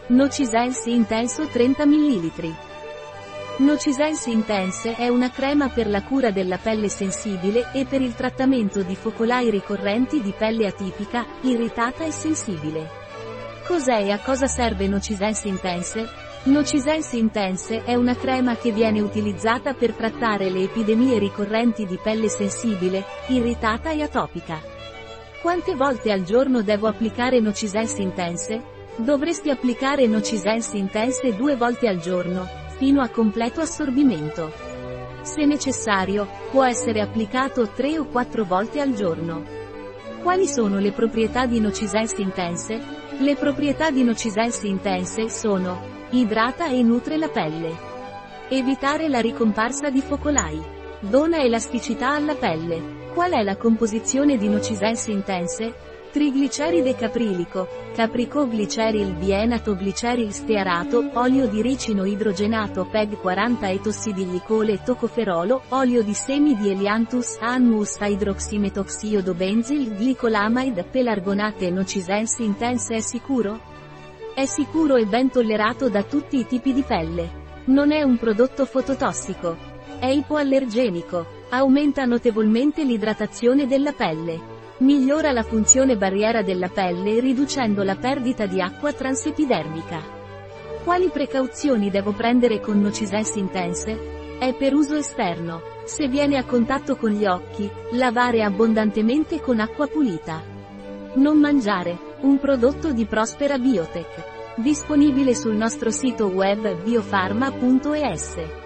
Nocisense Intenso 30 ml. Nocisense Intense è una crema per la cura della pelle sensibile e per il trattamento di focolai ricorrenti di pelle atipica, irritata e sensibile. Cos'è e a cosa serve Nocisense Intense? Nocisense Intense è una crema che viene utilizzata per trattare le epidemie ricorrenti di pelle sensibile, irritata e atopica. Quante volte al giorno devo applicare Nocisense Intense? Dovresti applicare Nocisense Intense 2 volte al giorno, fino a completo assorbimento. Se necessario, può essere applicato 3 o 4 volte al giorno. Quali sono le proprietà di Nocisense Intense? Le proprietà di Nocisense Intense sono: idrata e nutre la pelle, evitare la ricomparsa di focolai, dona elasticità alla pelle. Qual è la composizione di Nocisense Intense? Trigliceride caprilico, capricogliceril dienatogliceril stearato, olio di ricino idrogenato PEG 40 etossidiglicole tocoferolo, olio di semi di Elianthus annus hydroximetoxiodo-benzil glicolamide pelargonate. Nocisense Intense è sicuro? È sicuro e ben tollerato da tutti i tipi di pelle. Non è un prodotto fototossico. È ipoallergenico. Aumenta notevolmente l'idratazione della pelle. Migliora la funzione barriera della pelle riducendo la perdita di acqua transepidermica. Quali precauzioni devo prendere con Nocisense Intense? È per uso esterno. Se viene a contatto con gli occhi, lavare abbondantemente con acqua pulita. Non mangiare. Un prodotto di Prospera Biotech. Disponibile sul nostro sito web biofarma.es.